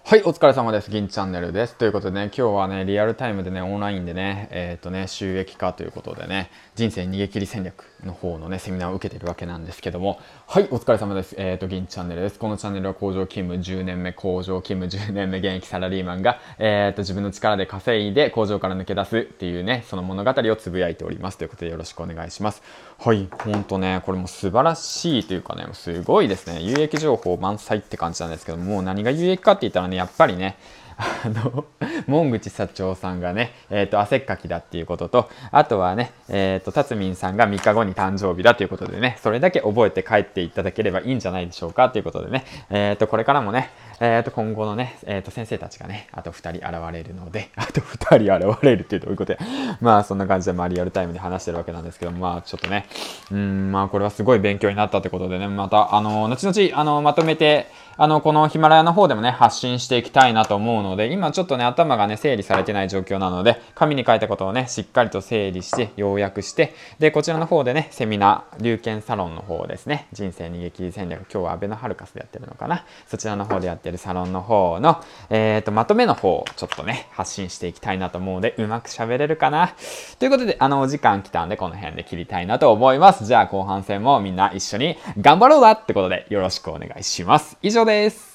はい、お疲れ様です。銀チャンネルです。ということでね、今日はね、リアルタイムでね、オンラインでね、収益化ということでね、人生逃げ切り戦略の方のね、セミナーを受けているわけなんですけども、はい、お疲れ様です。銀チャンネルです。このチャンネルは工場勤務10年目、工場勤務10年目、現役サラリーマンが、自分の力で稼いで工場から抜け出すっていうね、その物語をつぶやいております。ということでよろしくお願いします。はい、ほんとね、これも素晴らしいというかね、すごいですね。有益情報満載って感じなんですけども、何が有益かって言ったらね、やっぱりね、門口社長さんがね、汗っかきだっていうことと、あとはね、たつみんさんが3日後に誕生日だということでね、それだけ覚えて帰っていただければいいんじゃないでしょうかということでね、これからもね、今後のね、先生たちがね、あと2人現れるので、あと2人現れるっていうどういうことで、まあそんな感じで、まあリアルタイムで話してるわけなんですけど、まあちょっとね、まあこれはすごい勉強になったってことでね、また、後々、まとめて、このヒマラヤの方でもね、発信していきたいなと思うので、今ちょっとね、頭がね、整理されてない状況なので、紙に書いたことをね、しっかりと整理して、要約して、で、こちらの方でね、セミナー、龍拳サロンの方ですね、人生逃げ切り戦略、今日はアベノハルカスでやってるのかな。そちらの方でやってるサロンの方の、まとめの方をちょっとね、発信していきたいなと思うので、うまく喋れるかな。ということで、お時間来たんで、この辺で切りたいなと思います。じゃあ、後半戦もみんな一緒に頑張ろうだってことで、よろしくお願いします。以上です。